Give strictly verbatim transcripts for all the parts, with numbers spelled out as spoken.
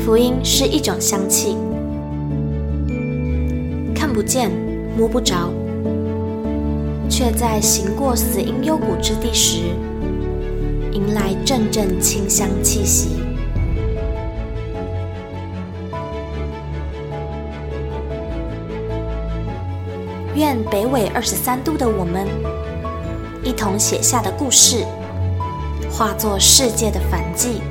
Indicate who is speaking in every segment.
Speaker 1: 福音是一种香气，看不见摸不着，却在行过死荫幽谷之地时，迎来阵阵清香气息。愿北纬二十三度的我们，一同写下的故事，化作世界的繁纪。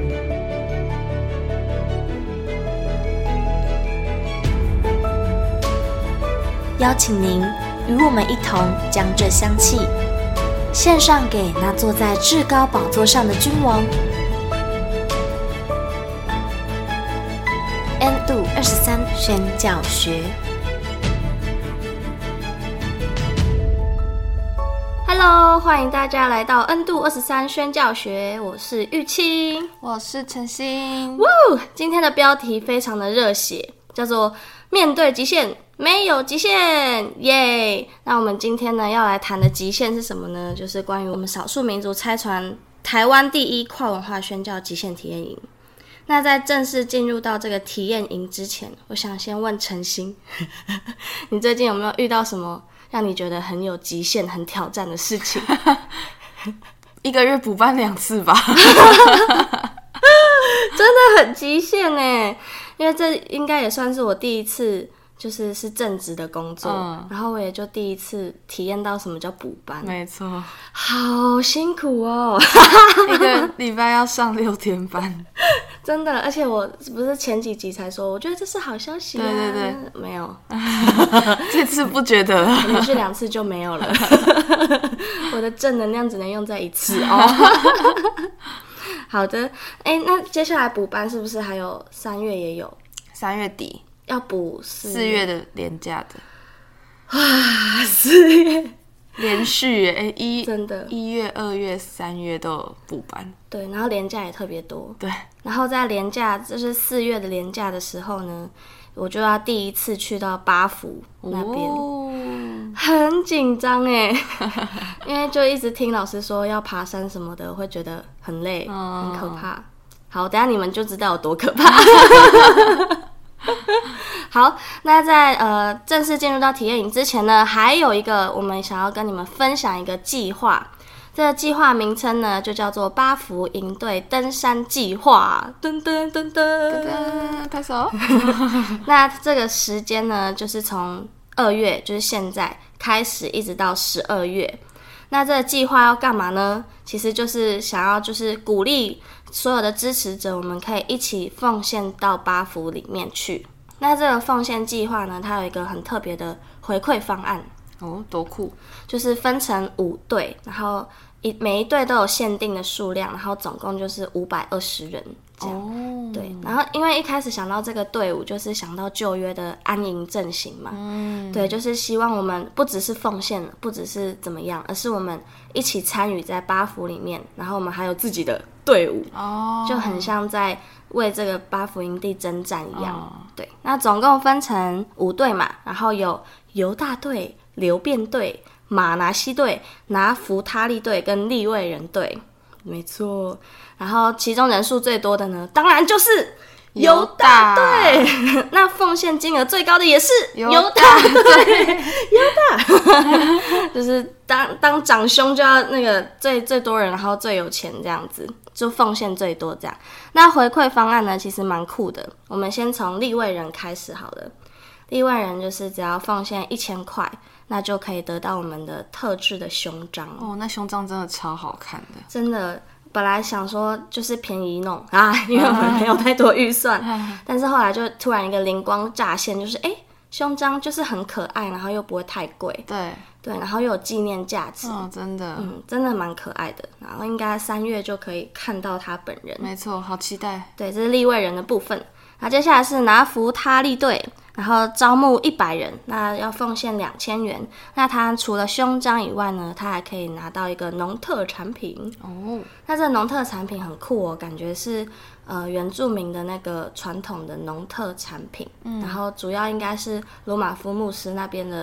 Speaker 1: 邀请您与我们一同将这香气献上给那坐在至高宝座上的君王。N 度二十三宣教学。Hello， 欢迎大家来到 N 度二十三宣教学，我是玉清，
Speaker 2: 我是陈欣。
Speaker 1: 哇，今天的标题非常的热血，叫做面对极限，没有极限，耶！那我们今天呢要来谈的极限是什么呢？就是关于我们少数民族差传台湾第一跨文化宣教极限体验营。那在正式进入到这个体验营之前，我想先问陈欣，你最近有没有遇到什么让你觉得很有极限、很挑战的事情？
Speaker 2: 一个月补办两次吧。
Speaker 1: 真的很极限耶，因为这应该也算是我第一次就是是正职的工作、嗯、然后我也就第一次体验到什么叫补班。
Speaker 2: 没错，
Speaker 1: 好辛苦哦。
Speaker 2: 一个礼拜要上六天班。
Speaker 1: 真的，而且我不是前几集才说我觉得这是好消息啊。
Speaker 2: 对对对，
Speaker 1: 没有。
Speaker 2: 这次不觉得了，
Speaker 1: 连续两次就没有了。我的正能量只能用在一次哦。好的，哎，那接下来补班是不是还有三月也有？
Speaker 2: 三月底
Speaker 1: 要补四月，
Speaker 2: 四月的连假的。
Speaker 1: 哇，四月
Speaker 2: 连续哎，一
Speaker 1: 真的，
Speaker 2: 一月、二月、三月都有补班。
Speaker 1: 对，然后连假也特别多。
Speaker 2: 对，
Speaker 1: 然后在连假，就是四月的连假的时候呢，我就要第一次去到八福那边，哦、很紧张哎，因为就一直听老师说要爬山什么的，会觉得很累，哦、很可怕。好，等一下你们就知道有多可怕。好，那在呃正式进入到体验营之前呢，还有一个我们想要跟你们分享一个计划。这个计划名称呢，就叫做八福营队登山计划。噔噔噔噔
Speaker 2: 噔，拍手。
Speaker 1: 那这个时间呢，就是从二月，就是现在开始，一直到十二月。那这个计划要干嘛呢？其实就是想要就是鼓励所有的支持者，我们可以一起奉献到八福里面去。那这个奉献计划呢，它有一个很特别的回馈方案。
Speaker 2: 哦，多酷！
Speaker 1: 就是分成五队，然后一每一队都有限定的数量，然后总共就是五百二十人这样。哦，对。然后因为一开始想到这个队伍，就是想到旧约的安营阵型嘛。嗯，对，就是希望我们不只是奉献，不只是怎么样，而是我们一起参与在八福里面，然后我们还有自己的队伍。哦，就很像在为这个八福营地征战一样。哦、对，那总共分成五队嘛，然后有犹大队、流便队、马拿西队、拿弗他利队跟利未人队，没错。然后其中人数最多的呢，当然就是犹大队。那奉献金额最高的也是犹大队。犹大，就是当当长兄就要那个最最多人，然后最有钱这样子，就奉献最多这样。那回馈方案呢，其实蛮酷的。我们先从利未人开始好了。利未人就是只要奉献一千块，那就可以得到我们的特制的胸章
Speaker 2: 哦。那胸章真的超好看的，
Speaker 1: 真的。本来想说就是便宜弄啊，因为我们没有太多预算，啊、但是后来就突然一个灵光乍现，就是哎，胸章就是很可爱，然后又不会太贵，
Speaker 2: 对
Speaker 1: 对，然后又有纪念价值，
Speaker 2: 哦，真的，
Speaker 1: 嗯，真的蛮可爱的。然后应该三月就可以看到他本人，
Speaker 2: 没错，好期待。
Speaker 1: 对，这是利未人的部分。然后接下来是拿弗他利队，然后招募一百人，那要奉献两千元。那他除了胸章以外呢，他还可以拿到一个农特产品哦。那这个农特产品很酷哦，感觉是呃原住民的那个传统的农特产品，嗯、然后主要应该是罗马夫牧师那边的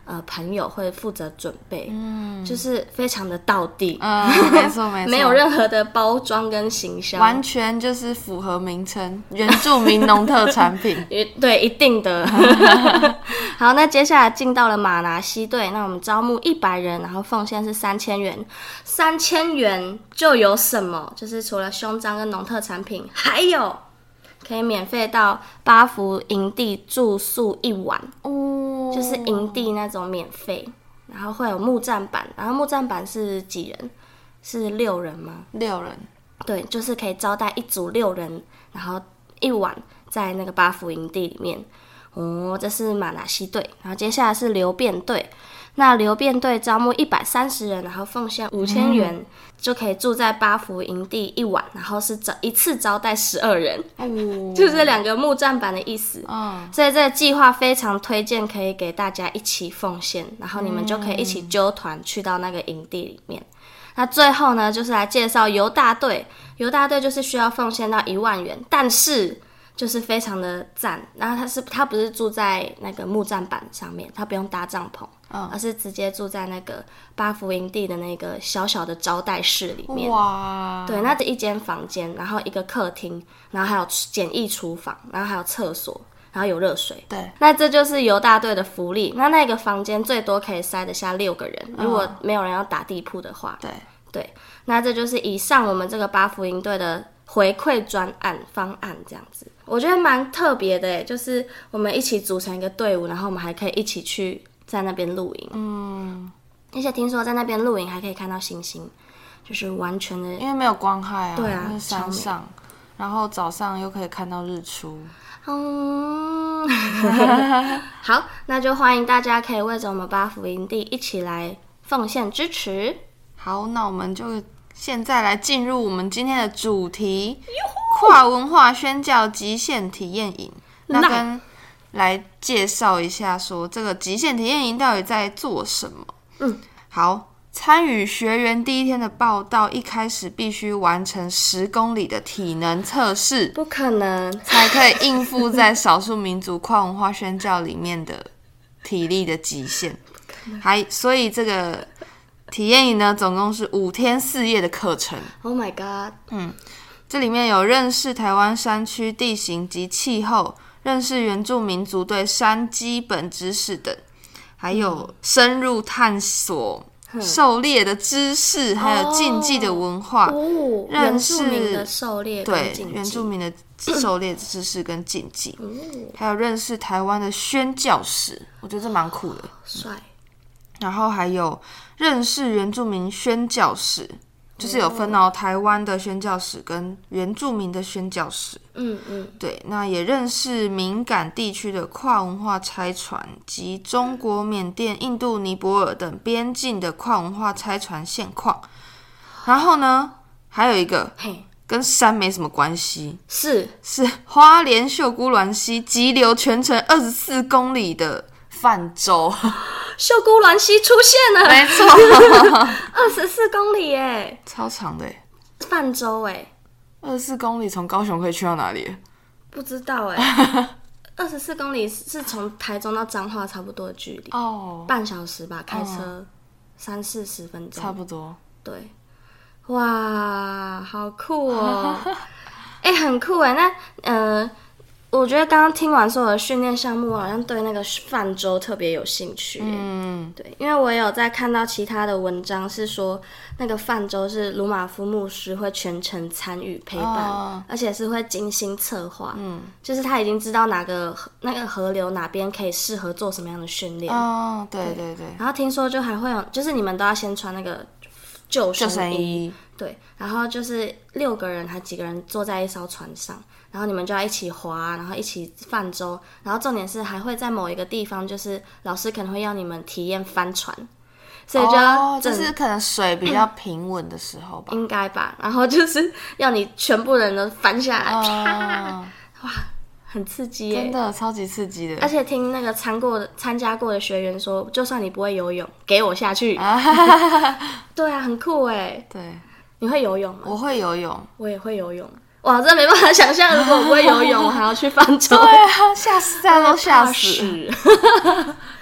Speaker 1: 呃朋友会负责准备，嗯，就是非常的道地，
Speaker 2: 嗯，没错没错，
Speaker 1: 没有任何的包装跟行销，
Speaker 2: 完全就是符合名称，原住民农特产品。
Speaker 1: 对，一定的。好，那接下来进到了马拿西队，那我们招募一百人，然后奉献是三千元，三千元就有什么？就是除了胸章跟农特产品，还有可以免费到八福营地住宿一晚，哦，就是营地那种免费，然后会有木栈板，然后木栈板是几人？是六人吗？
Speaker 2: 六人，
Speaker 1: 对，就是可以招待一组六人，然后一晚在那个八福营地里面。哦，这是马拿西队，然后接下来是流变队。那流变队招募一百三十人，然后奉献五千元、嗯，就可以住在八福营地一晚，然后是招一次招待十二人，哦，就是两个木栈板的意思。哦，所以这个计划非常推荐，可以给大家一起奉献，然后你们就可以一起揪团去到那个营地里面。嗯，那最后呢，就是来介绍犹大队。犹大队就是需要奉献到一万元，但是就是非常的赞。然后他是他不是住在那个木栈板上面，他不用搭帐篷，嗯，而是直接住在那个八福营地的那个小小的招待室里面。哇！对，那是一间房间，然后一个客厅，然后还有简易厨房，然后还有厕所。然后有热水，
Speaker 2: 对，
Speaker 1: 那这就是犹大队的福利。那那个房间最多可以塞得下六个人，如果没有人要打地铺的话，
Speaker 2: 对
Speaker 1: 对。那这就是以上我们这个八福营队的回馈专案方案，这样子，我觉得蛮特别的耶，就是我们一起组成一个队伍，然后我们还可以一起去在那边露营，嗯，而且听说在那边露营还可以看到星星，就是完全的，
Speaker 2: 因为没有光害啊，
Speaker 1: 对啊，
Speaker 2: 是山上，然后早上又可以看到日出。
Speaker 1: 嗯，好，那就欢迎大家可以为着我们八福营地一起来奉献支持。
Speaker 2: 好，那我们就现在来进入我们今天的主题——跨文化宣教极限体验营。那跟来介绍一下，说这个极限体验营到底在做什么？嗯，好。参与学员第一天的报到，一开始必须完成十公里的体能测试，
Speaker 1: 不可能
Speaker 2: 才可以应付在少数民族跨文化宣教里面的体力的极限。还所以这个体验营呢，总共是五天四夜的课程。
Speaker 1: Oh my god！
Speaker 2: 嗯，这里面有认识台湾山区地形及气候，认识原住民族对山基本知识等，还有深入探索狩猎的知识，还有禁忌的文化，
Speaker 1: 哦、
Speaker 2: 认识
Speaker 1: 原住民的狩猎跟禁忌，
Speaker 2: 对原住民的狩猎知识跟禁忌，还有认识台湾的宣教史，我觉得这蛮酷的，
Speaker 1: 帅、嗯。
Speaker 2: 然后还有认识原住民宣教史，就是有分到台湾的宣教史跟原住民的宣教史。嗯嗯，对，那也认识敏感地区的跨文化差传及中国、缅甸、印度、尼泊尔等边境的跨文化差传现况。然后呢，还有一个跟山没什么关系，
Speaker 1: 是
Speaker 2: 是花莲秀姑峦溪急流全程二十四公里的泛舟。
Speaker 1: 秀姑峦溪出现了，
Speaker 2: 没错，
Speaker 1: 二十四公里耶，
Speaker 2: 超长的耶，
Speaker 1: 泛舟耶，
Speaker 2: 二十四公里从高雄可以去到哪里？
Speaker 1: 不知道耶，二十四公里是从台中到彰化差不多的距离哦，半小时吧，开车三四十分钟，
Speaker 2: 差不多。
Speaker 1: 对，哇，好酷哦，哎、欸，很酷哎，那呃。我觉得刚刚听完所有的训练项目，我好像对那个泛舟特别有兴趣。嗯，对，因为我也有在看到其他的文章，是说那个泛舟是鲁马夫牧师会全程参与陪伴、哦，而且是会精心策划。嗯，就是他已经知道哪个那个河流哪边可以适合做什么样的训练。
Speaker 2: 哦，对对 对, 对。
Speaker 1: 然后听说就还会有，就是你们都要先穿那个救生衣，对，然后就是六个人还几个人坐在一艘船上。然后你们就要一起划，然后一起泛舟，然后重点是还会在某一个地方，就是老师可能会要你们体验帆船，所以就要、
Speaker 2: 哦、就是可能水比较平稳的时候吧，
Speaker 1: 应该吧。然后就是要你全部人都翻下来，啪、哦，哇，很刺激耶，
Speaker 2: 真的超级刺激的。
Speaker 1: 而且听那个参过的参加过的学员说，就算你不会游泳，给我下去。啊、对啊，很酷哎。
Speaker 2: 对，
Speaker 1: 你会游泳吗？
Speaker 2: 我会游泳，
Speaker 1: 我也会游泳。哇，真没办法想象，如果我不会游泳，我还要去泛舟，
Speaker 2: 对啊，吓死大家都吓死。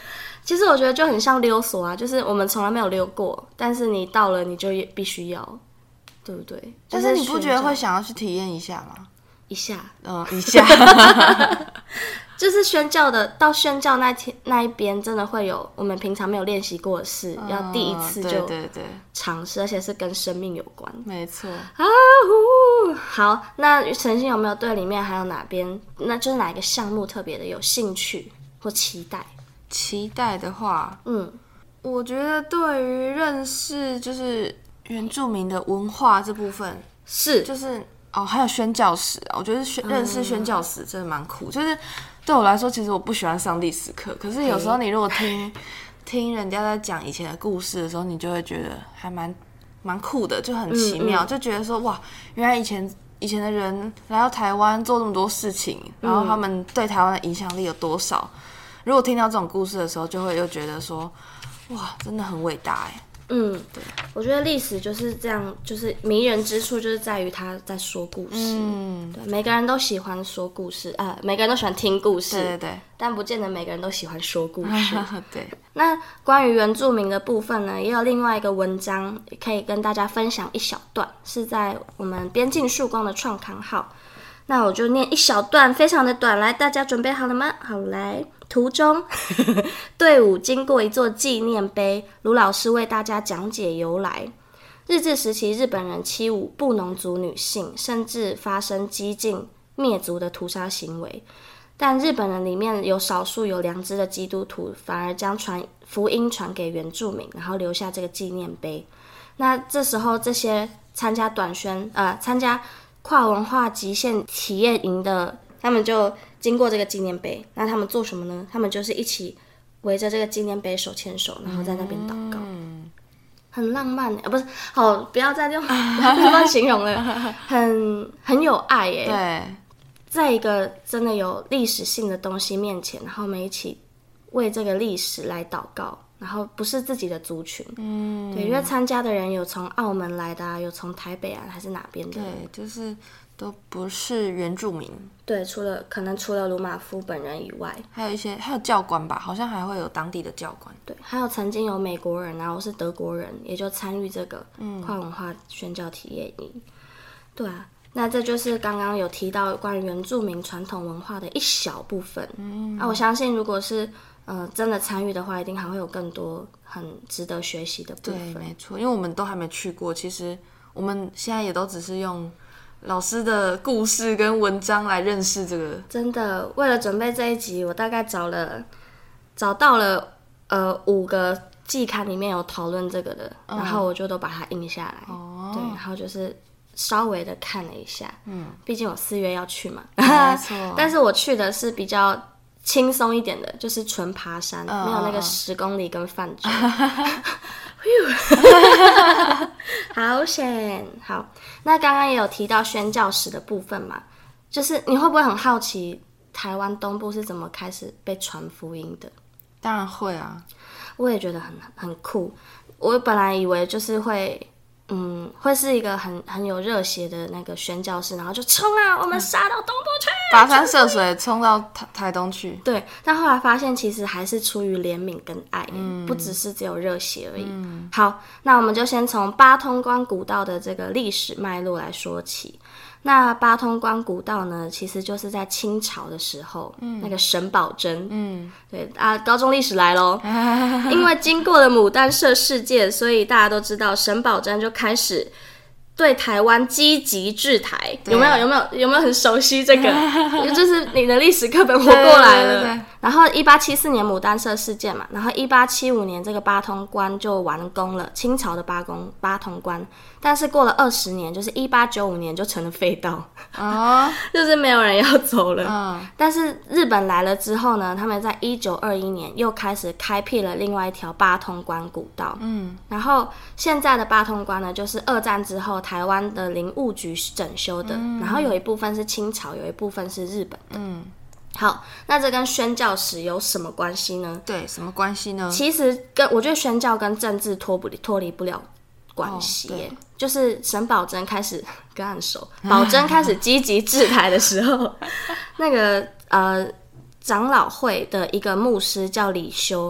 Speaker 1: 其实我觉得就很像溜索啊，就是我们从来没有溜过，但是你到了你就也必须要，对不对？
Speaker 2: 但是你不觉得会想要去体验一下吗？
Speaker 1: 一下，
Speaker 2: 嗯，一下。
Speaker 1: 就是宣教的，到宣教那天那一边，真的会有我们平常没有练习过的事，嗯、要第一次就尝试，而且是跟生命有关。
Speaker 2: 没错。
Speaker 1: 啊呼！好，那晨星有没有对里面还有哪边，那就是哪一个项目特别的有兴趣或期待？
Speaker 2: 期待的话，嗯，我觉得对于认识就是原住民的文化这部分，
Speaker 1: 是
Speaker 2: 就是哦，还有宣教史啊，我觉得认识宣教史真的蛮酷，就是。对我来说，其实我不喜欢上历史课，可是有时候你如果听听人家在讲以前的故事的时候，你就会觉得还蛮蛮酷的，就很奇妙，嗯嗯就觉得说哇，原来以前以前的人来到台湾做这么多事情，然后他们对台湾的影响力有多少？如果听到这种故事的时候，就会又觉得说哇，真的很伟大哎。
Speaker 1: 嗯，对，我觉得历史就是这样，就是迷人之处就是在于他在说故事。嗯，对，每个人都喜欢说故事，呃，每个人都喜欢听故事，
Speaker 2: 对对对，
Speaker 1: 但不见得每个人都喜欢说故事。
Speaker 2: 对。
Speaker 1: 那关于原住民的部分呢，也有另外一个文章可以跟大家分享一小段，是在我们边境曙光的创刊号。那我就念一小段，非常的短，来，大家准备好了吗？好，来。途中队伍经过一座纪念碑，卢老师为大家讲解由来。日治时期日本人欺侮布农族女性，甚至发生激进灭族的屠杀行为，但日本人里面有少数有良知的基督徒反而将传福音传给原住民，然后留下这个纪念碑。那这时候这些参加短宣呃参加跨文化极限体验营的他们就经过这个纪念碑，那他们做什么呢？他们就是一起围着这个纪念碑手牵手，然后在那边祷告，嗯、很浪漫啊！不是，好，不要再用乱形容了，很很有爱耶。
Speaker 2: 对，
Speaker 1: 在一个真的有历史性的东西面前，然后我们一起为这个历史来祷告，然后不是自己的族群，嗯，对，因为参加的人有从澳门来的啊，有从台北啊，还是哪边的，
Speaker 2: 对，就是都不是原住民。
Speaker 1: 对，除了可能除了鲁马夫本人以外，
Speaker 2: 还有一些还有教官吧，好像还会有当地的教官。
Speaker 1: 对，还有曾经有美国人，然后是德国人，也就参与这个跨文化宣教体验营。嗯、对啊，那这就是刚刚有提到关于原住民传统文化的一小部分。嗯，啊，我相信如果是呃真的参与的话，一定还会有更多很值得学习的部分。
Speaker 2: 对，没错，因为我们都还没去过，其实我们现在也都只是用老师的故事跟文章来认识这个。
Speaker 1: 真的，为了准备这一集，我大概找了找到了呃五个季刊里面有讨论这个的，嗯、然后我就都把它印下来。哦，对，然后就是稍微的看了一下，嗯，毕竟我四月要去嘛，
Speaker 2: 没错。
Speaker 1: 但是我去的是比较轻松一点的，就是纯爬山，嗯、没有那个十公里跟泛舟。好险！好，那刚刚也有提到宣教史的部分嘛，就是你会不会很好奇台湾东部是怎么开始被传福音的？
Speaker 2: 当然会啊，
Speaker 1: 我也觉得很很酷。我本来以为就是会，嗯，会是一个很很有热血的那个宣教士，然后就冲啊，我们杀到东部去，
Speaker 2: 跋山涉水冲到台台东去。
Speaker 1: 对，但后来发现其实还是出于怜悯跟爱，嗯、不只是只有热血而已。嗯、好，那我们就先从八通关古道的这个历史脉络来说起。那八通关古道呢，其实就是在清朝的时候，嗯、那个沈葆桢，嗯，对啊，高中历史来咯。因为经过了牡丹社事件，所以大家都知道沈葆桢就开始对台湾积极治台，有没有？有没有？有没有很熟悉这个？就是你的历史课本活过来了。对对对对，然后一八七四年牡丹社事件嘛，然后一八七五年这个八通关就完工了，清朝的八公八通关。但是过了二十年，就是一八九五年就成了废道，哦，就是没有人要走了。嗯，但是日本来了之后呢，他们在一九二一年又开始开辟了另外一条八通关古道。嗯，然后现在的八通关呢，就是二战之后台湾的林务局整修的，嗯、然后有一部分是清朝，有一部分是日本的。嗯，好，那这跟宣教史有什么关系呢？
Speaker 2: 对，什么关系呢？
Speaker 1: 其实跟我觉得宣教跟政治脱不脱离不了关系耶。哦，就是沈葆桢开始跟他很熟，葆桢开始积极治台的时候，那个呃长老会的一个牧师叫李修，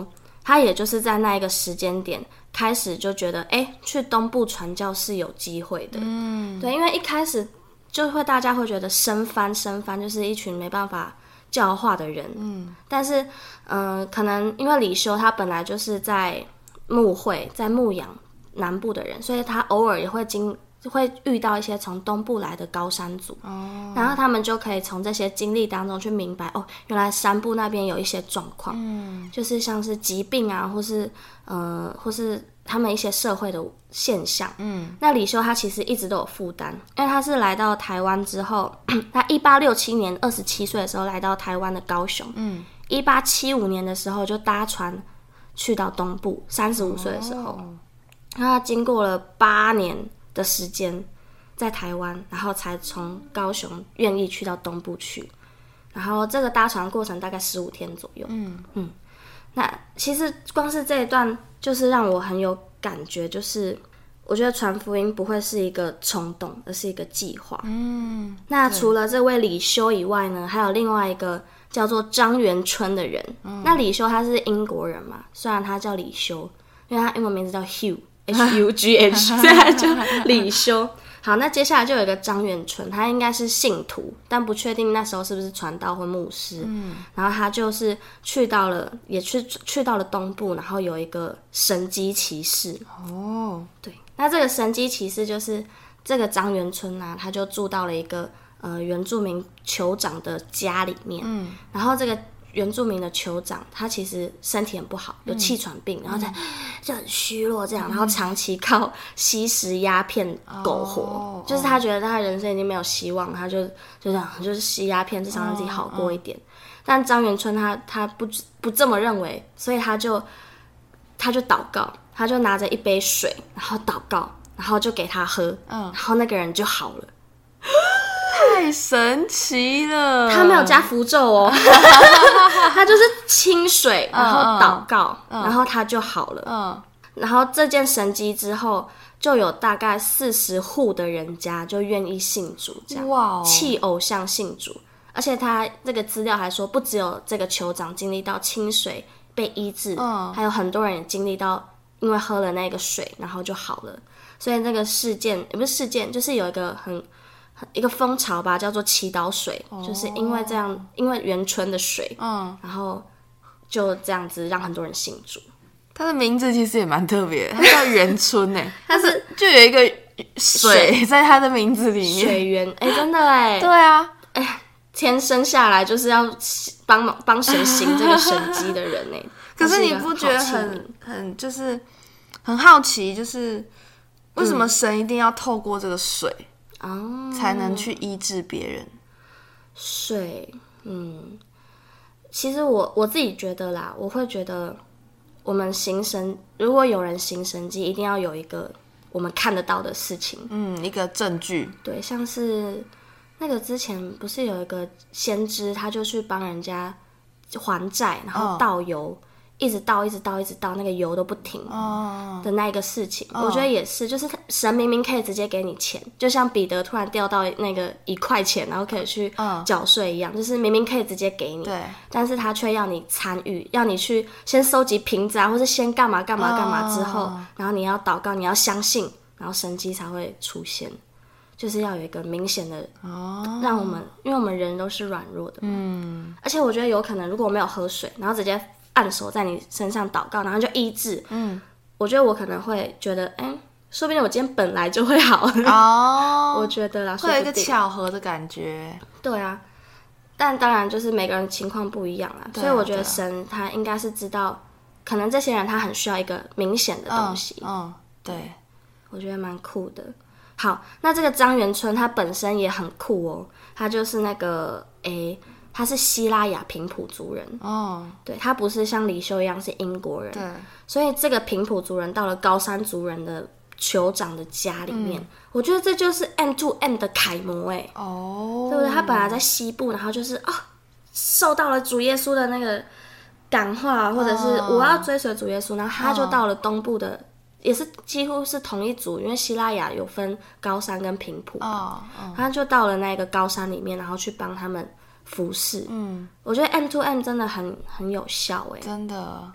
Speaker 1: 他也就是在那一个时间点开始就觉得，哎、欸，去东部传教是有机会的。嗯，对，因为一开始就会大家会觉得生番生番就是一群没办法教化的人。嗯，但是，嗯、呃，可能因为李修他本来就是在牧会、在牧养南部的人，所以他偶尔也会经。会遇到一些从东部来的高山族，哦，然后他们就可以从这些经历当中去明白，哦，原来山部那边有一些状况，嗯，就是像是疾病啊，或是呃，或是他们一些社会的现象，嗯，那李修他其实一直都有负担，因为他是来到台湾之后，他一八六七年二十七岁的时候来到台湾的高雄，嗯，一八七五年的时候就搭船去到东部，三十五岁的时候，哦，他经过了八年的时间在台湾，然后才从高雄愿意去到东部去，然后这个搭船过程大概十五天左右。嗯嗯，那其实光是这一段就是让我很有感觉，就是我觉得传福音不会是一个冲动，而是一个计划。嗯，那除了这位李修以外呢，还有另外一个叫做张元春的人。嗯，那李修他是英国人嘛，虽然他叫李修，因为他英文名字叫 Hugh。H U G H， 所以他叫李修。好，那接下来就有一个张元春，他应该是信徒，但不确定那时候是不是传道或牧师。嗯，然后他就是去到了，也去去到了东部，然后有一个神机骑士。哦，对，那这个神机骑士就是这个张元春啊，他就住到了一个呃原住民酋长的家里面。嗯，然后这个原住民的酋长他其实身体很不好，有气喘病，嗯，然后在就很虚弱这样，嗯，然后长期靠吸食鸦片苟活，哦，就是他觉得他人生已经没有希望，他就就这样就是吸鸦片至少让自己好过一点。哦，但张元春他他不不这么认为，所以他就他就祷告，他就拿着一杯水，然后祷告，然后就给他喝，嗯，然后那个人就好了。
Speaker 2: 太神奇了！
Speaker 1: 他没有加符咒哦，他就是清水，然后祷告，嗯嗯，然后他就好了。嗯，然后这件神迹之后，就有大概四十户的人家就愿意信主，这样哇，弃偶像信主。而且他这个资料还说，不只有这个酋长经历到清水被医治，嗯，还有很多人也经历到因为喝了那个水，然后就好了。所以那个事件也不是事件，就是有一个很。一个风潮吧，叫做祈祷水，哦，就是因为这样，因为元春的水，嗯，然后就这样子让很多人信主。
Speaker 2: 他的名字其实也蛮特别的，他叫元春诶，他是就有一个水在他的名字里面，
Speaker 1: 水源，哎，真的哎，
Speaker 2: 对啊，
Speaker 1: 哎，天生下来就是要帮忙帮神行这个神迹的人哎。
Speaker 2: 可是你不觉得很很就是很好奇，就是为什么神一定要透过这个水？哦，才能去医治别人。
Speaker 1: 水，嗯，其实我我自己觉得啦，我会觉得我们行神，如果有人行神迹，一定要有一个我们看得到的事情，
Speaker 2: 嗯，一个证据。
Speaker 1: 对，像是那个之前不是有一个先知，他就去帮人家还债，然后倒油。哦，一直倒一直倒一直倒那个油都不停的那一个事情，哦，我觉得也是，就是神明明可以直接给你钱，就像彼得突然掉到那个一块钱然后可以去缴税一样，哦，就是明明可以直接给你，对，但是他却要你参与，要你去先收集瓶子啊，或是先干嘛干嘛干嘛之后，哦，然后你要祷告，你要相信，然后神迹才会出现，就是要有一个明显的，哦，让我们，因为我们人都是软弱的嘛，嗯，而且我觉得有可能如果我没有喝水，然后直接按手在你身上祷告，然后就医治。嗯，我觉得我可能会觉得，哎，说不定我今天本来就会好。哦，我觉得啦，
Speaker 2: 会有一个巧合的感觉。
Speaker 1: 对啊，但当然就是每个人情况不一样啦，啊，所以我觉得神他应该是知道，可能这些人他很需要一个明显的东西。
Speaker 2: 嗯，嗯对，
Speaker 1: 我觉得蛮酷的。好，那这个张元春他本身也很酷哦，他就是那个诶。他是西拉雅平埔族人哦，对，他不是像李修一样是英国人，对，所以这个平埔族人到了高山族人的酋长的家里面，嗯，我觉得这就是 M to M 的楷模哎，哦，对不对？他本来在西部，然后就是啊，哦，受到了主耶稣的那个感化，或者是我要追随主耶稣，然后他就到了东部的，也是几乎是同一族，因为西拉雅有分高山跟平埔，哦哦，他就到了那个高山里面，然后去帮他们服侍，嗯，我觉得 M to M 真的很很有效哎，
Speaker 2: 真的，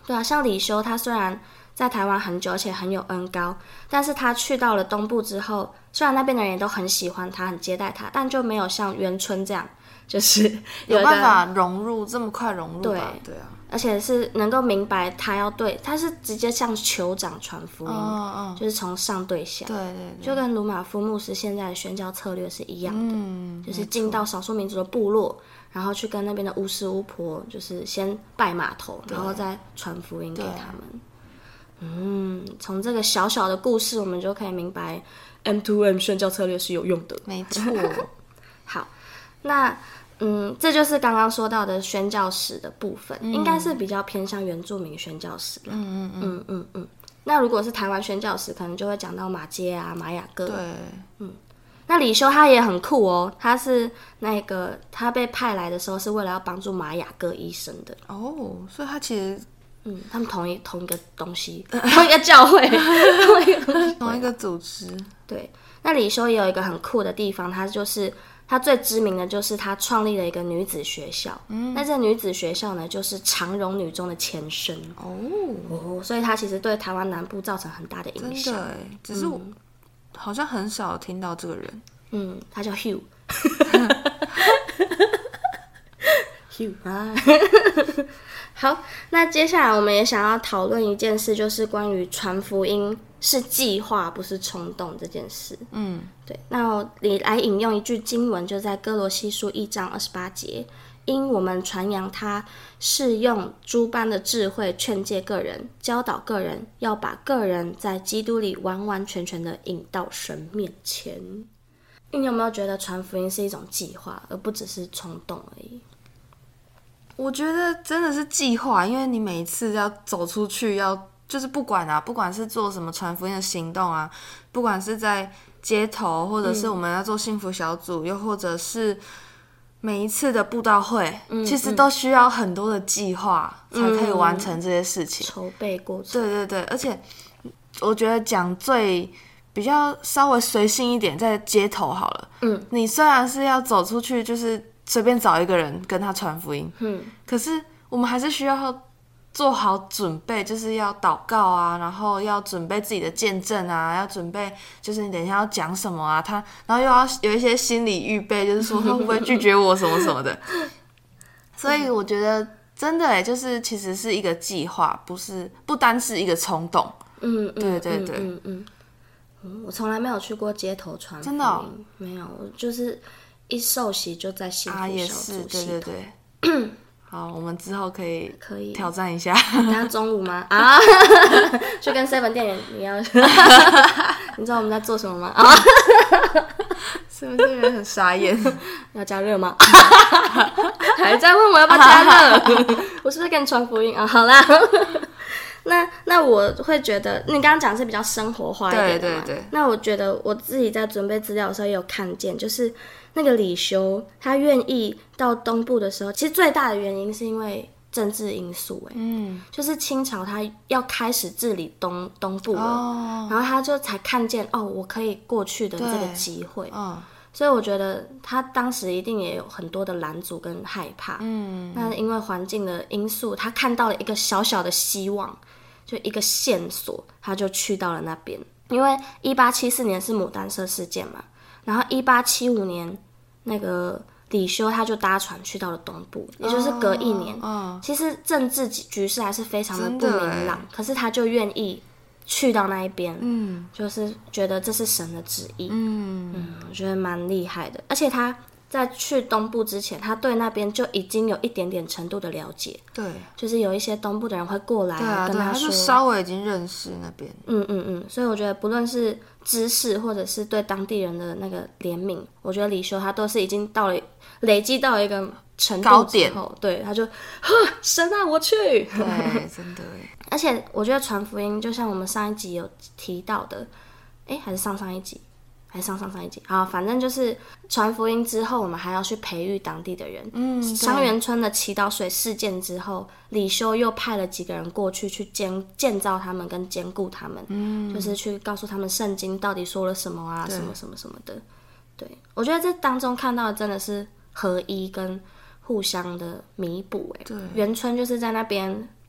Speaker 1: 对啊，像李修他虽然在台湾很久，而且很有恩高，但是他去到了东部之后，虽然那边的人也都很喜欢他，很接待他，但就没有像元春这样，就是
Speaker 2: 有办法融入这么快融入吧？
Speaker 1: 对
Speaker 2: 对啊，
Speaker 1: 而且是能够明白他要对，他是直接向酋长传福音，
Speaker 2: 嗯嗯
Speaker 1: 就是从上对下，
Speaker 2: 对对对，
Speaker 1: 就跟鲁马夫牧师现在的宣教策略是一样的，
Speaker 2: 嗯，
Speaker 1: 就是进到少数民族的部落，然后去跟那边的巫师巫婆，就是先拜码头，然后再传福音给他们。嗯，从这个小小的故事，我们就可以明白 M to M 宣教策略是有用的。
Speaker 2: 没错。
Speaker 1: 好，那嗯，这就是刚刚说到的宣教史的部分，嗯、应该是比较偏向原住民宣教史了。嗯嗯嗯嗯嗯。那如果是台湾宣教史，可能就会讲到马街啊、玛雅各。
Speaker 2: 对，
Speaker 1: 嗯。那李修他也很酷哦，他是那个他被派来的时候是为了要帮助玛雅各医生的。
Speaker 2: 哦，所以他其实。
Speaker 1: 嗯，他们同一同一个东西，同一个教会，同一个
Speaker 2: 同一个组织。
Speaker 1: 对，那李修也有一个很酷的地方，他就是他最知名的就是他创立了一个女子学校。嗯，那这个女子学校呢，就是长荣女中的前身。哦哦，所以他其实对台湾南部造成很大的影响。
Speaker 2: 真的耶，只是我、嗯、好像很少听到这个人。
Speaker 1: 嗯，他叫 Hugh。Hugh 啊。好，那接下来我们也想要讨论一件事，就是关于传福音是计划不是冲动这件事。嗯，对。那你来引用一句经文，就在哥罗西书一章二十八节，因我们传扬他是用诸般的智慧劝诫个人，教导个人，要把个人在基督里完完全全的引到神面前。你有没有觉得传福音是一种计划，而不只是冲动而已？
Speaker 2: 我觉得真的是计划，因为你每一次要走出去，要就是不管啊，不管是做什么传福音的行动啊，不管是在街头，或者是我们要做幸福小组，嗯、又或者是每一次的布道会，嗯、其实都需要很多的计划才可以完成这些事情。
Speaker 1: 筹备过程。
Speaker 2: 对对对，而且我觉得讲最比较稍微随性一点，在街头好了。嗯，你虽然是要走出去，就是随便找一个人跟他传福音，嗯，可是我们还是需要做好准备，就是要祷告啊，然后要准备自己的见证啊，要准备就是你等一下要讲什么啊，他然后又要有一些心理预备，就是说他会不会拒绝我什么什么的。所以我觉得真的耶，就是其实是一个计划，不是不单是一个冲动。嗯，对对对，
Speaker 1: 嗯嗯嗯，我从来没有去过街头传福音，
Speaker 2: 真的、哦、
Speaker 1: 没有，就是一受洗就在幸福小组系统。啊，也是，
Speaker 2: 对对对。好，我们之后可以
Speaker 1: 可以
Speaker 2: 挑战一下。
Speaker 1: 等下中午吗？啊，去跟 seven 店员你要，你知道我们在做什么吗？啊
Speaker 2: seven 店员很傻眼，
Speaker 1: 要加热吗？还在问我要不要加热？我是不是跟你传福音啊？好啦。那那我会觉得，你刚刚讲的是比较生活化一点的嘛？对对对。那我觉得我自己在准备资料的时候也有看见，就是那个李修他愿意到东部的时候，其实最大的原因是因为政治因素、欸，嗯，就是清朝他要开始治理东东部了、哦，然后他就才看见哦，我可以过去的这个机会，嗯。所以我觉得他当时一定也有很多的拦阻跟害怕，嗯，那因为环境的因素，他看到了一个小小的希望，就一个线索，他就去到了那边。因为一八七四年是牡丹社事件嘛，然后一八七五年那个李修他就搭船去到了东部，也就是隔一年。哦哦、其实政治局势还是非常的不明朗，可是他就愿意去到那一边，嗯，就是觉得这是神的旨意，嗯嗯，我觉得蛮厉害的。而且他在去东部之前，他对那边就已经有一点点程度的了解，对，就是有一些东部的人会过来、啊、跟他说，
Speaker 2: 他就稍微已经认识那边，
Speaker 1: 嗯嗯嗯。所以我觉得不论是知识或者是对当地人的那个怜悯，我觉得李修他都是已经到了累积到一个程度之后，对，他就哈神啊我去，
Speaker 2: 对，真的耶。
Speaker 1: 而且我觉得传福音就像我们上一集有提到的，诶，还是上上一集还是上上上一集，好，反正就是传福音之后我们还要去培育当地的人。嗯，香园村的祈祷水事件之后，李修又派了几个人过去去建建造他们跟兼顾他们，嗯，就是去告诉他们圣经到底说了什么啊，什么什么什么的。对，我觉得这当中看到的真的是合一跟互相的弥补。哎，对，元春就是在那边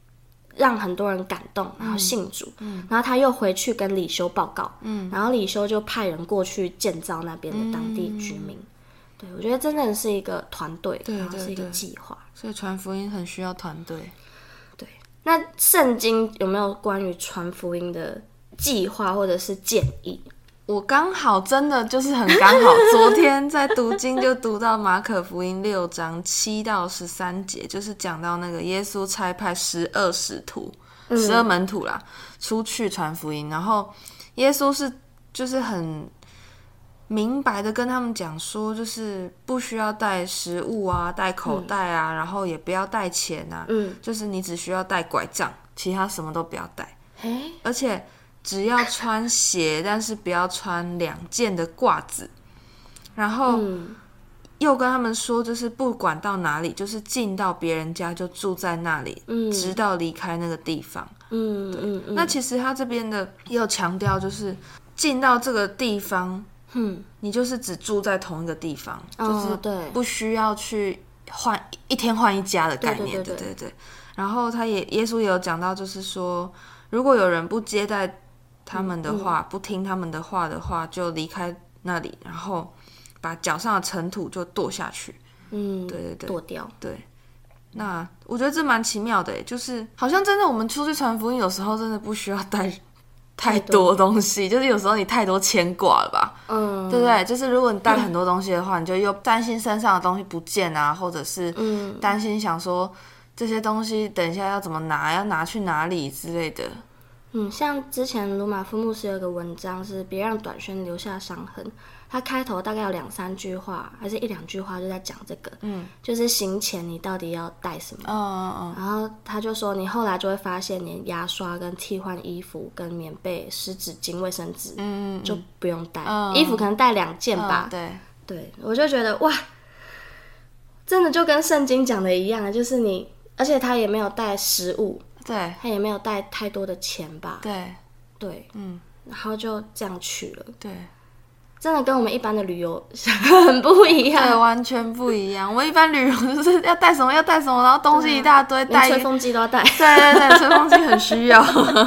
Speaker 1: 让很多人感动，然后信主，嗯、然后他又回去跟李修报告，嗯、然后李修就派人过去建造那边的当地居民。嗯、对，我觉得真的是一个团队，然后是一个计划，
Speaker 2: 所以传福音很需要团队。
Speaker 1: 对，那圣经有没有关于传福音的计划或者是建议？
Speaker 2: 我刚好真的就是很刚好，昨天在读经就读到马可福音六章七到十三节，就是讲到那个耶稣差派十二使徒、十二门徒啦，出去传福音，然后耶稣是就是很明白的跟他们讲说，就是不需要带食物啊，带口袋啊，嗯、然后也不要带钱啊，嗯、就是你只需要带拐杖，其他什么都不要带，而且只要穿鞋，但是不要穿两件的褂子。然后又跟他们说，就是不管到哪里，就是进到别人家就住在那里，嗯、直到离开那个地方。嗯，对。嗯嗯、那其实他这边的也有强调，就是进到这个地方，嗯，你就是只住在同一个地方，哦、就是不需要去换一天换一家的概念。对对 对, 对, 对, 对。然后他也耶稣也有讲到，就是说，如果有人不接待他们的话，嗯、不听他们的话的话，就离开那里，然后把脚上的尘土就跺下去。嗯，对对对，
Speaker 1: 跺掉。
Speaker 2: 对，那我觉得这蛮奇妙的耶，就是好像真的我们出去传福音，有时候真的不需要带太多东西，就是有时候你太多牵挂了吧，嗯，对不对？就是如果你带很多东西的话，嗯、你就又担心身上的东西不见啊，或者是担心想说这些东西等一下要怎么拿，要拿去哪里之类的。
Speaker 1: 嗯，像之前鲁马夫牧师有个文章是别让短宣留下伤痕，他开头大概有两三句话，还是一两句话就在讲这个，嗯，就是行前你到底要带什么，嗯嗯，然后他就说你后来就会发现连牙刷跟替换衣服跟棉被、湿纸巾、卫生纸，嗯就不用带，嗯、衣服可能带两件吧，嗯、对对，我就觉得哇，真的就跟圣经讲的一样，就是你，而且他也没有带食物。
Speaker 2: 对，
Speaker 1: 他也没有带太多的钱吧？
Speaker 2: 对，
Speaker 1: 对，嗯，然后就这样去了。
Speaker 2: 对，
Speaker 1: 真的跟我们一般的旅游很不一样，
Speaker 2: 对，完全不一样。我们一般旅游就是要带什么要带什么，然后东西一大堆，带、啊、
Speaker 1: 吹风机都要带。
Speaker 2: 对对对，吹风机很需要。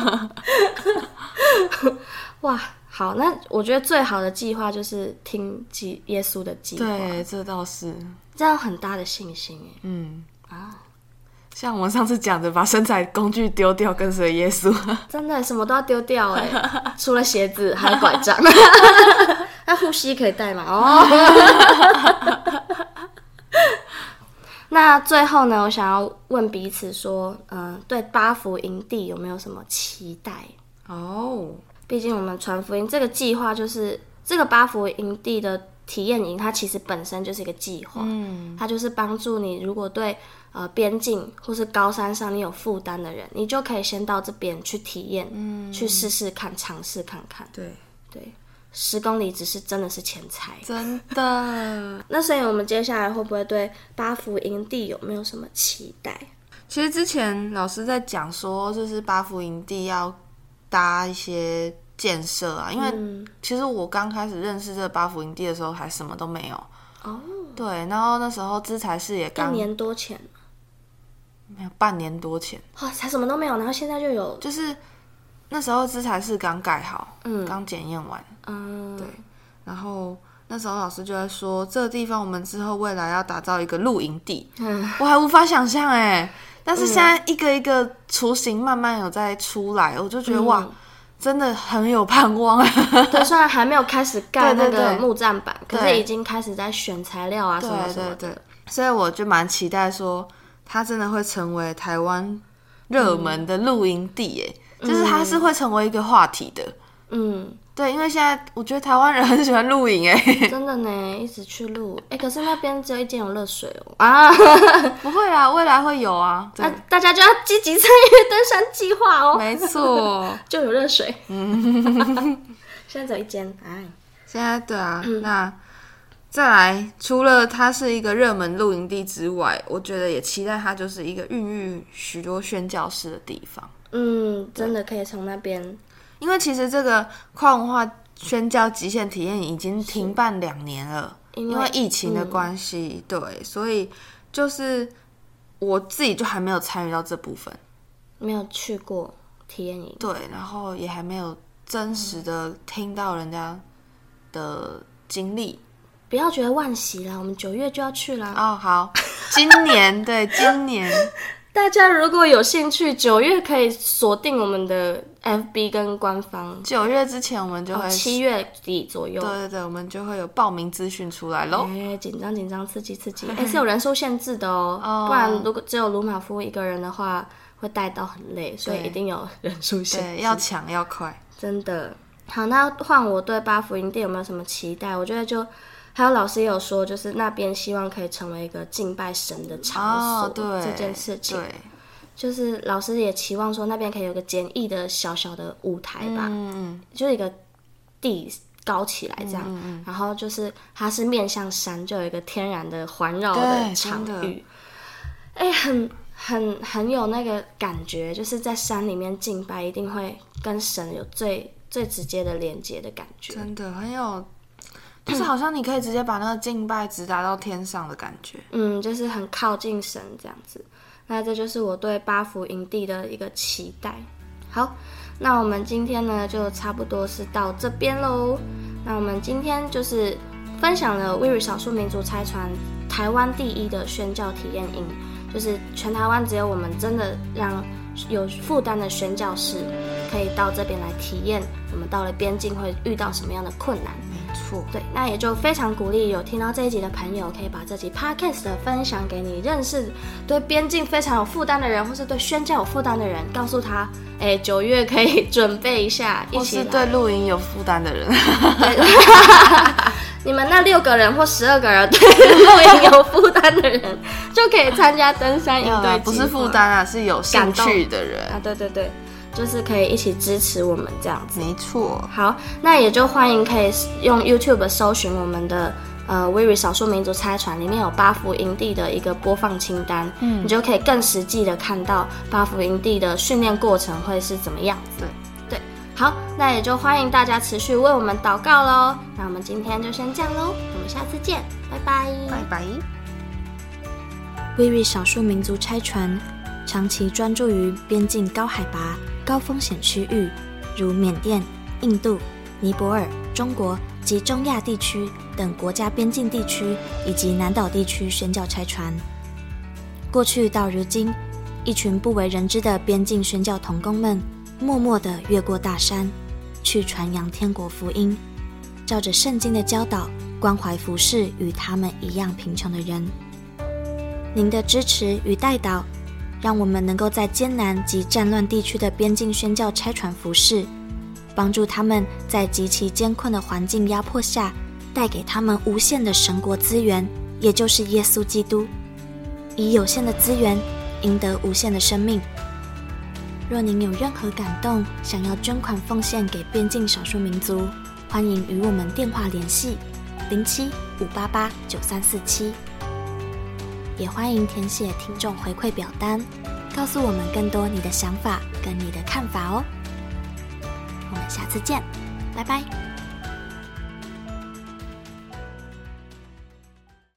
Speaker 1: 哇，好，那我觉得最好的计划就是听耶稣的计划。
Speaker 2: 对，这倒是，
Speaker 1: 这样很大的信心耶。嗯
Speaker 2: 啊。像我们上次讲的，把生产工具丢掉，跟随耶稣，
Speaker 1: 真的什么都要丢掉哎，除了鞋子还有拐杖。那呼吸可以带吗？哦。那最后呢，我想要问彼此说，嗯、呃，对八福营地有没有什么期待？哦，毕竟我们传福音这个计划，就是这个八福营地的体验营，它其实本身就是一个计划，嗯，它就是帮助你，如果对呃边境或是高山上你有负担的人，你就可以先到这边去体验，嗯，去试试看，尝试看看。对对，十公里只是真的是钱财，
Speaker 2: 真的。
Speaker 1: 那所以我们接下来会不会对八福营地有没有什么期待？
Speaker 2: 其实之前老师在讲说，就是八福营地要搭一些建设啊，因为其实我刚开始认识这个八福营地的时候，还什么都没有。哦，对，然后那时候资财室也刚
Speaker 1: 一年多前。
Speaker 2: 没有半年多前，
Speaker 1: 哇，才什么都没有，然后现在就有，
Speaker 2: 就是那时候资材室刚盖好，嗯，刚检验完，嗯，对，然后那时候老师就在说，这个地方我们之后未来要打造一个露营地，嗯，我还无法想象哎，但是现在一个一个雏形慢慢有在出来，我就觉得、嗯、哇，真的很有盼望。
Speaker 1: 对，虽然还没有开始盖那个木栈板，可是已经开始在选材料啊什么什么的，对对对，
Speaker 2: 所以我就蛮期待说。它真的会成为台湾热门的露营地耶、嗯、就是它是会成为一个话题的。嗯，对，因为现在我觉得台湾人很喜欢露营耶，
Speaker 1: 真的呢，一直去露。哎、欸，可是那边只有一间有热水哦。啊，
Speaker 2: 不会啦，未来会有啊。
Speaker 1: 那、啊、大家就要积极参与登山计划哦。
Speaker 2: 没错，
Speaker 1: 就有热水。嗯，现在只有一间，哎，
Speaker 2: 现在对啊，嗯、那。再来，除了它是一个热门露营地之外，我觉得也期待它就是一个孕育许多宣教士的地方。嗯，
Speaker 1: 真的可以从那边，
Speaker 2: 因为其实这个跨文化宣教极限体验已经停办两年了，因为, 因为疫情的关系、嗯，对，所以就是我自己就还没有参与到这部分。
Speaker 1: 没有去过体验营，
Speaker 2: 对，然后也还没有真实的听到人家的经历。
Speaker 1: 不要觉得惋惜啦，我们九月就要去啦。
Speaker 2: 哦，好，今年对，今年
Speaker 1: 大家如果有兴趣，九月可以锁定我们的 F B 跟官方。
Speaker 2: 九月之前我们就会
Speaker 1: 七、哦、月底左右，
Speaker 2: 对对对，我们就会有报名资讯出来咯。
Speaker 1: 哎，紧张紧张，刺激刺激！哎，是有人数限制的哦，哦不然如果只有鲁马夫一个人的话，会带到很累，所以一定有人数限制。
Speaker 2: 对，要抢要快，
Speaker 1: 真的。好，那换我对八福营地有没有什么期待？我觉得就。还有老师也有说，就是那边希望可以成为一个敬拜神的场所，
Speaker 2: 哦、对
Speaker 1: 这件事情，
Speaker 2: 对，
Speaker 1: 就是老师也期望说那边可以有个简易的小小的舞台吧，
Speaker 2: 嗯嗯，
Speaker 1: 就是一个地高起来这样，
Speaker 2: 嗯嗯
Speaker 1: 然后就是它是面向山，就有一个天然的环绕的场域，哎，很很很有那个感觉，就是在山里面敬拜，一定会跟神有最最直接的连接的感觉，
Speaker 2: 真的很有。就是好像你可以直接把那个敬拜直达到天上的感觉，
Speaker 1: 嗯，就是很靠近神这样子。那这就是我对八福营地的一个期待。好，那我们今天呢就差不多是到这边咯。那我们今天就是分享了 W I R I 少数民族差传台湾第一的宣教体验营，就是全台湾只有我们真的让有负担的宣教士可以到这边来体验我们到了边境会遇到什么样的困难。
Speaker 2: 没错，
Speaker 1: 对，那也就非常鼓励有听到这一集的朋友可以把这集 podcast 分享给你认识对边境非常有负担的人，或是对宣教有负担的人，告诉他哎，九月可以准备一下一起来，
Speaker 2: 或是对露营有负担的人
Speaker 1: 你们那六个人或十二个人对露营有负担的人就可以参加登山营队，
Speaker 2: 不是负担啊，是有兴趣的人
Speaker 1: 啊，对对对，就是可以一起支持我们这样子。
Speaker 2: 没错。
Speaker 1: 好，那也就欢迎可以用 YouTube 搜寻我们的呃 W I R I 少数民族差传，里面有八福营地的一个播放清单，嗯，你就可以更实际的看到八福营地的训练过程会是怎么样子。对，好，那也就欢迎大家持续为我们祷告咯。那我们今天就先这样咯，我们下次见，拜拜，
Speaker 2: 拜拜。
Speaker 3: W I R I 少数民族差传长期专注于边境高海拔、高风险区域，如缅甸、印度、尼泊尔、中国及中亚地区等国家边境地区以及南岛地区宣教差传。过去到如今，一群不为人知的边境宣教同工们，默默地越过大山，去传扬天国福音，照着圣经的教导，关怀服侍与他们一样贫穷的人。您的支持与代祷，让我们能够在艰难及战乱地区的边境宣教差传服侍，帮助他们在极其艰困的环境压迫下，带给他们无限的神国资源，也就是耶稣基督，以有限的资源赢得无限的生命。若您有任何感动，想要捐款奉献给边境少数民族，欢迎与我们电话联系零七五八八九三四七，也欢迎填写听众回馈表单，告诉我们更多你的想法跟你的看法哦。我们下次见，拜拜。